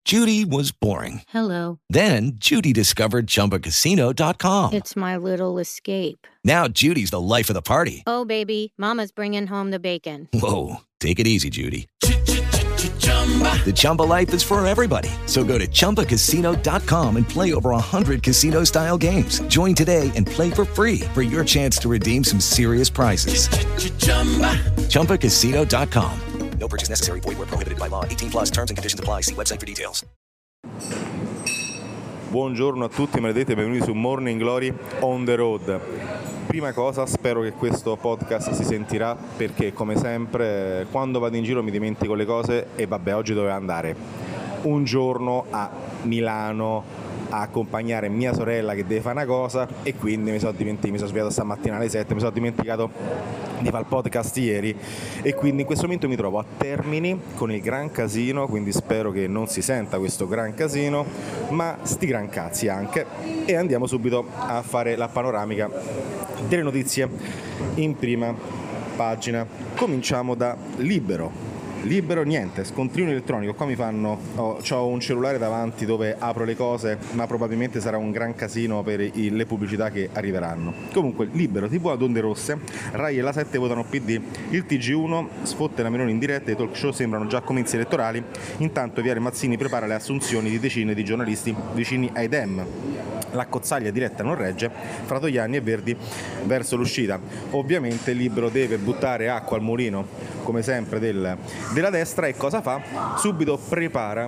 Judy was boring. Hello. Then Judy discovered ChumbaCasino.com. It's my little escape. Now Judy's the life of the party. Oh, baby, mama's bringing home the bacon. Whoa, take it easy, Judy. The Chumba life is for everybody. So go to ChumbaCasino.com and play over 100 casino-style games. Join today and play for free for your chance to redeem some serious prizes. ChumbaCasino.com. No purchase necessary. Void where prohibited by law. 18 plus terms and conditions apply. See website for details. Buongiorno a tutti, maledetti, benvenuti su Morning Glory on the road. Prima cosa, spero che questo podcast si sentirà, perché come sempre quando vado in giro mi dimentico le cose e vabbè, oggi dovevo andare un giorno a Milano a accompagnare mia sorella che deve fare una cosa e quindi mi sono svegliato stamattina alle 7, mi sono dimenticato di fare il podcast ieri e quindi in questo momento mi trovo a Termini con il gran casino, quindi spero che non si senta questo gran casino, ma sti gran cazzi anche, e andiamo subito a fare la panoramica delle notizie in prima pagina. Cominciamo da Libero. Libero, niente, scontrino elettronico, qua mi fanno, c'ho un cellulare davanti dove apro le cose, ma probabilmente sarà un gran casino per le pubblicità che arriveranno. Comunque, Libero, TV ad onde rosse, Rai e la 7 votano PD, il TG1 sfotte la Meloni in diretta, i talk show sembrano già comizi elettorali, intanto Viale Mazzini prepara le assunzioni di decine di giornalisti vicini ai Dem. La cozzaglia diretta non regge, fra Togliani e Verdi verso l'uscita. Ovviamente Libero deve buttare acqua al mulino, come sempre, della destra, e cosa fa? Subito prepara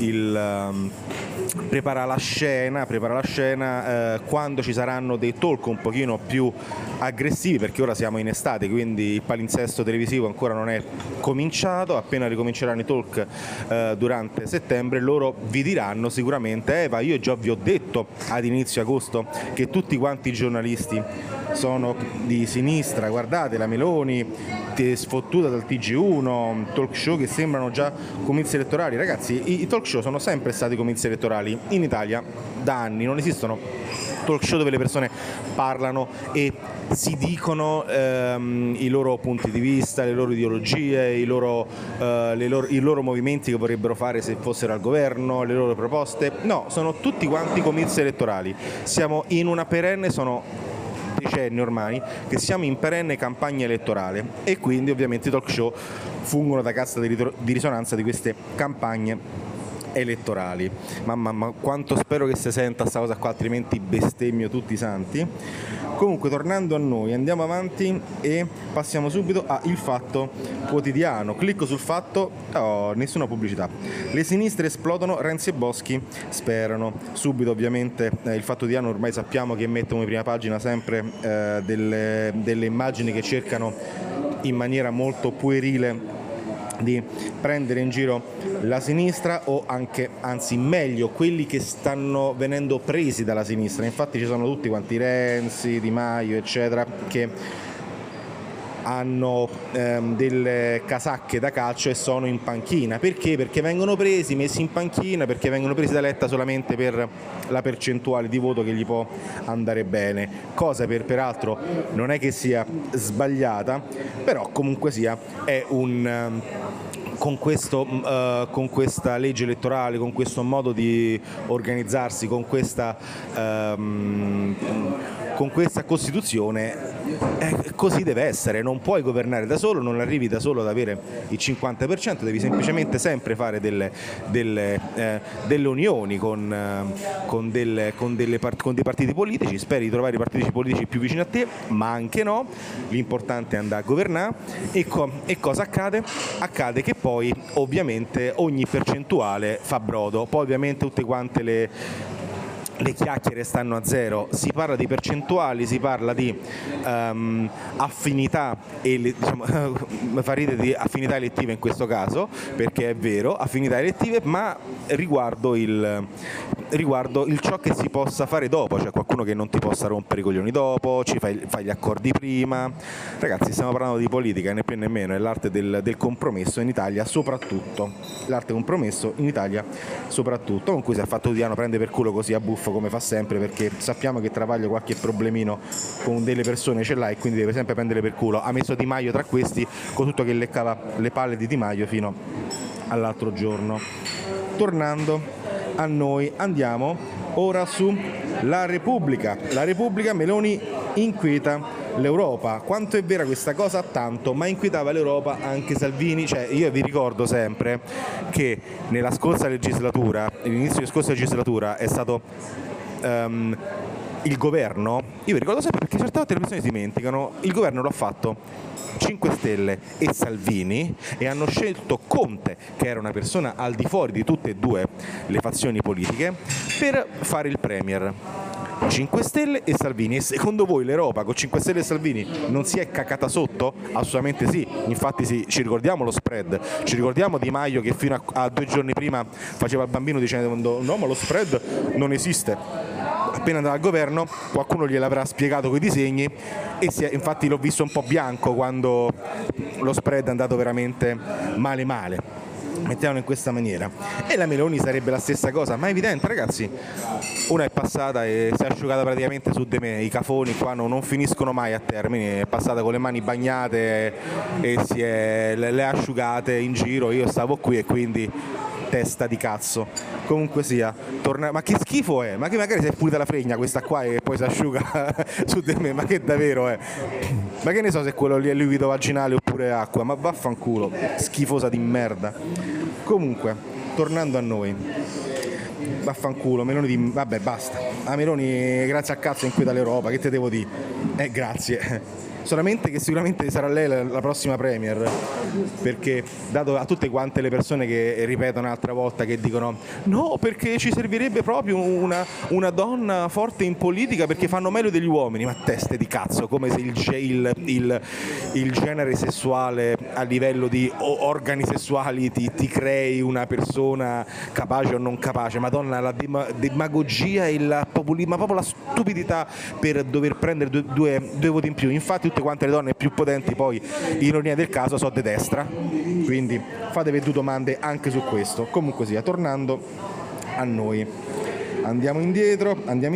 la scena quando ci saranno dei talk un pochino più aggressivi, perché ora siamo in estate, quindi il palinsesto televisivo ancora non è cominciato. Appena ricominceranno i talk durante settembre, loro vi diranno sicuramente: Eva, io già vi ho detto ad inizio agosto che tutti quanti i giornalisti sono di sinistra, guardate la Meloni sfottuta dal TG1, talk show che sembrano già comizi elettorali. Ragazzi, i talk show sono sempre stati comizi elettorali in Italia da anni, non esistono talk show dove le persone parlano e si dicono i loro punti di vista, le loro ideologie, i loro movimenti che vorrebbero fare se fossero al governo, le loro proposte. No, sono tutti quanti comizi elettorali. Siamo in una perenne, sono decenni ormai che siamo in perenne campagna elettorale, e quindi ovviamente i talk show fungono da cassa di risonanza di queste campagne elettorali. Mamma, quanto spero che si senta sta cosa qua, altrimenti bestemmio tutti i santi. Comunque, tornando a noi, andiamo avanti e passiamo subito a Il Fatto Quotidiano. Clicco sul Fatto, nessuna pubblicità. Le sinistre esplodono, Renzi e Boschi sperano. Subito ovviamente Il Fatto Quotidiano, ormai sappiamo che mettono in prima pagina sempre delle immagini che cercano in maniera molto puerile di prendere in giro la sinistra, o anche, anzi meglio, quelli che stanno venendo presi dalla sinistra. Infatti ci sono tutti quanti Renzi, Di Maio eccetera che hanno delle casacche da calcio e sono in panchina. Perché? Perché vengono presi, messi in panchina, perché vengono presi da Letta solamente per la percentuale di voto che gli può andare bene, cosa peraltro non è che sia sbagliata, però comunque sia è con questa legge elettorale, con questo modo di organizzarsi, con questa Costituzione, così deve essere. Non puoi governare da solo, non arrivi da solo ad avere il 50%, devi semplicemente sempre fare delle unioni con dei partiti politici. Speri di trovare i partiti politici più vicini a te, ma anche no. L'importante è andare a governare. E cosa accade? Accade che poi ovviamente ogni percentuale fa brodo. Poi ovviamente tutte quante le chiacchiere stanno a zero, si parla di percentuali, si parla di affinità e fa ridere di affinità elettive in questo caso, perché è vero, affinità elettive, ma riguardo il ciò che si possa fare dopo, cioè qualcuno che non ti possa rompere i coglioni dopo, fai gli accordi prima. Ragazzi, stiamo parlando di politica, né più né meno, è l'arte del compromesso in Italia soprattutto, con cui si è fatto Quotidiano prende per culo così a buffo come fa sempre, perché sappiamo che Travaglio qualche problemino con delle persone ce l'ha e quindi deve sempre prendere per culo. Ha messo Di Maio tra questi, con tutto che leccava le palle di Di Maio fino all'altro giorno. tornando a noi, andiamo ora su La Repubblica. La Repubblica, Meloni inquieta l'Europa. Quanto è vera questa cosa? Tanto, ma inquietava l'Europa anche Salvini. Cioè, io vi ricordo sempre che nella scorsa legislatura, all'inizio della scorsa legislatura, è stato il governo, io vi ricordo sempre perché certe volte le persone si dimenticano, il governo l'ha fatto 5 Stelle e Salvini, e hanno scelto Conte, che era una persona al di fuori di tutte e due le fazioni politiche, per fare il premier. 5 Stelle e Salvini. E secondo voi l'Europa con 5 Stelle e Salvini non si è cacata sotto? Assolutamente sì, infatti sì, ci ricordiamo lo spread, ci ricordiamo Di Maio che fino a 2 giorni prima faceva il bambino dicendo no, ma lo spread non esiste. Appena andato al governo qualcuno gliel'avrà spiegato coi disegni e infatti l'ho visto un po' bianco quando lo spread è andato veramente male. Mettiamolo in questa maniera. E la Meloni sarebbe la stessa cosa, ma è evidente, ragazzi, una è passata e si è asciugata praticamente su di me, i cafoni qua non finiscono mai a termine, è passata con le mani bagnate e le ha asciugate in giro, io stavo qui e quindi testa di cazzo. Comunque sia, ma che schifo è? Ma che magari si è pulita la fregna questa qua e poi si asciuga su di me, ma che davvero è? Ma che ne so se quello lì è liquido vaginale oppure acqua, ma vaffanculo, schifosa di merda. Comunque, tornando a noi, vaffanculo, Meloni vabbè, basta. A Meloni, grazie a cazzo, inquieta l'Europa, che te devo dire? Grazie. Solamente che sicuramente sarà lei la prossima premier, perché dato a tutte quante le persone che ripetono un'altra volta che dicono no, perché ci servirebbe proprio una donna forte in politica perché fanno meglio degli uomini, ma teste di cazzo, come se il genere sessuale a livello di organi sessuali ti crei una persona capace o non capace. Madonna, la demagogia e il populismo, ma proprio la stupidità per dover prendere due voti in più. Infatti tutte quante le donne più potenti poi, ironia del caso, sono di destra, quindi fatevi 2 domande anche su questo. Comunque sia, tornando a noi, andiamo indietro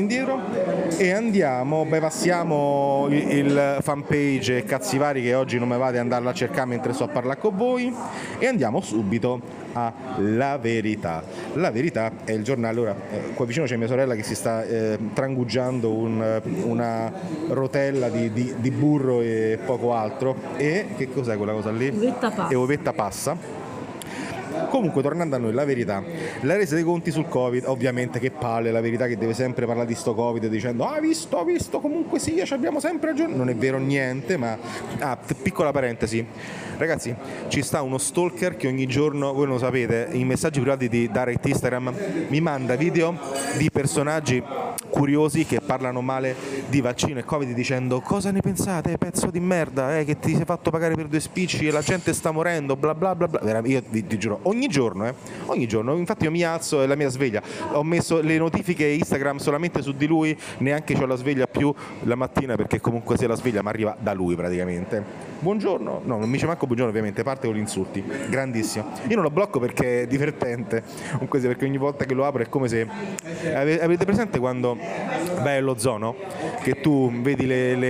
e passiamo il fanpage cazzi vari che oggi non mi va di andarla a cercare mentre sto a parlare con voi, e andiamo subito a La Verità. La Verità è il giornale, ora qua vicino c'è mia sorella che si sta trangugiando una rotella di burro e poco altro, e che cos'è quella cosa lì? Uvetta passa. Comunque, tornando a noi, La Verità, la resa dei conti sul Covid, ovviamente che palle La Verità che deve sempre parlare di sto Covid dicendo visto, comunque sì, ci abbiamo sempre ragione. Non è vero niente, ma piccola parentesi, ragazzi, ci sta uno stalker che ogni giorno, voi lo sapete, in messaggi privati di direct Instagram mi manda video di personaggi curiosi che parlano male di vaccino e Covid dicendo cosa ne pensate, pezzo di merda, che ti sei fatto pagare per 2 spicci e la gente sta morendo, bla bla bla bla. Io ti giuro, ogni giorno, infatti io mi alzo e la mia sveglia, ho messo le notifiche Instagram solamente su di lui, neanche c'ho la sveglia più la mattina perché comunque se la sveglia mi arriva da lui praticamente. Buongiorno, no, non mi dice manco buongiorno, ovviamente, parte con gli insulti, grandissimo. Io non lo blocco perché è divertente, comunque perché ogni volta che lo apro è come se avete presente quando vai allo zoo, che tu vedi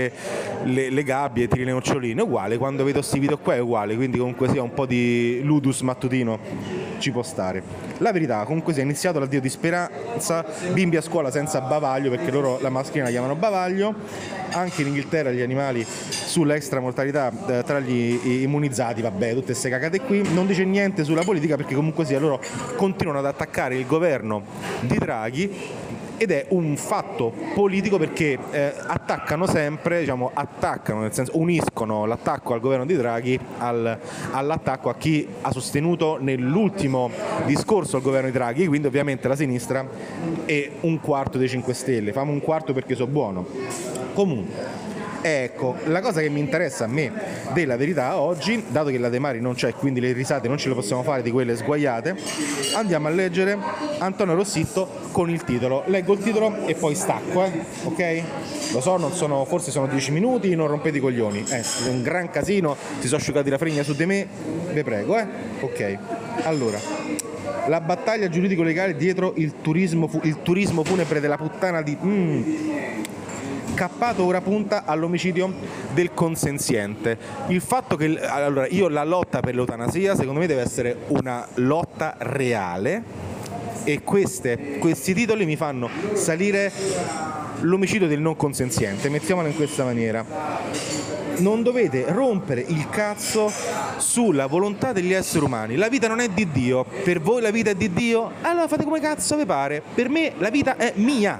le gabbie e tiri le noccioline, è uguale, quando vedo questi video qua è uguale, quindi comunque sia un po' di ludus mattutino ci può stare. La Verità, comunque sia, è iniziato l'addio di speranza, bimbi a scuola senza bavaglio, perché loro la mascherina la chiamano bavaglio. Anche in Inghilterra gli animali sull'extra mortalità tra gli immunizzati, vabbè, tutte queste cagate qui. Non dice niente sulla politica perché comunque sia loro continuano ad attaccare il governo di Draghi, ed è un fatto politico perché attaccano sempre, nel senso uniscono l'attacco al governo di Draghi all'attacco a chi ha sostenuto nell'ultimo discorso al governo di Draghi, quindi ovviamente la sinistra e un quarto dei 5 Stelle, famo un quarto perché so buono. Comunque, ecco, la cosa che mi interessa a me della Verità oggi, dato che la De Mari non c'è, quindi le risate non ce le possiamo fare di quelle sguaiate, andiamo a leggere Antonio Rossitto con il titolo. Leggo il titolo e poi stacco, ok? Lo so, forse sono 10 minuti, non rompete i coglioni. È un gran casino, si sono asciugati la fregna su di me, vi prego, ok. Allora, la battaglia giuridico-legale dietro il turismo funebre della puttana di... Cappato ora punta all'omicidio del consenziente. Il fatto che allora io la lotta per l'eutanasia secondo me deve essere una lotta reale e questi titoli mi fanno salire l'omicidio del non consenziente, mettiamola in questa maniera. Non dovete rompere il cazzo sulla volontà degli esseri umani. La vita non è di Dio. Per voi la vita è di Dio? Allora fate come cazzo vi pare. Per me la vita è mia.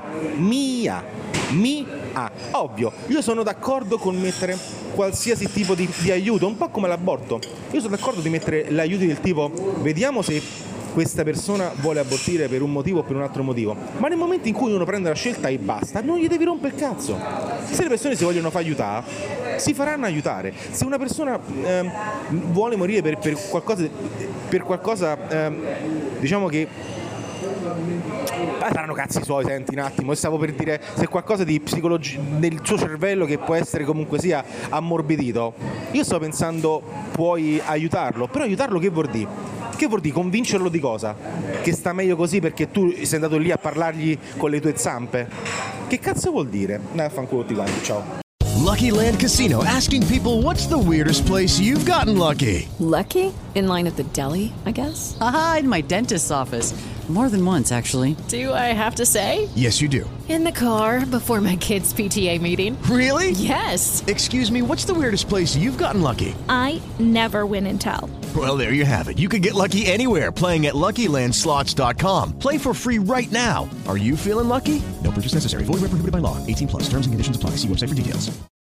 Ovvio, io sono d'accordo con mettere qualsiasi tipo di aiuto, un po' come l'aborto. Io sono d'accordo di mettere l'aiuto del tipo vediamo se questa persona vuole abortire per un motivo o per un altro motivo, ma nel momento in cui uno prende la scelta e basta, non gli devi rompere il cazzo. Se le persone si vogliono far aiutare, si faranno aiutare. Se una persona vuole morire per qualcosa diciamo che saranno cazzi suoi, senti un attimo, e stavo per dire, se qualcosa di psicologia nel suo cervello che può essere comunque sia ammorbidito, io sto pensando puoi aiutarlo, però aiutarlo che vuol dire? Che vuol dire? Convincerlo di cosa? Che sta meglio così perché tu sei andato lì a parlargli con le tue zampe? Che cazzo vuol dire? Fanculo tutti quanti, ciao. Lucky Land Casino, asking people, what's the weirdest place you've gotten lucky? Lucky? In line at the deli, I guess? Aha, in my dentist's office. More than once, actually. Do I have to say? Yes, you do. In the car before my kids' PTA meeting. Really? Yes. Excuse me, what's the weirdest place you've gotten lucky? I never win and tell. Well, there you have it. You can get lucky anywhere, playing at LuckyLandSlots.com. Play for free right now. Are you feeling lucky? No purchase necessary. Void where prohibited by law. 18+. Terms and conditions apply. See website for details.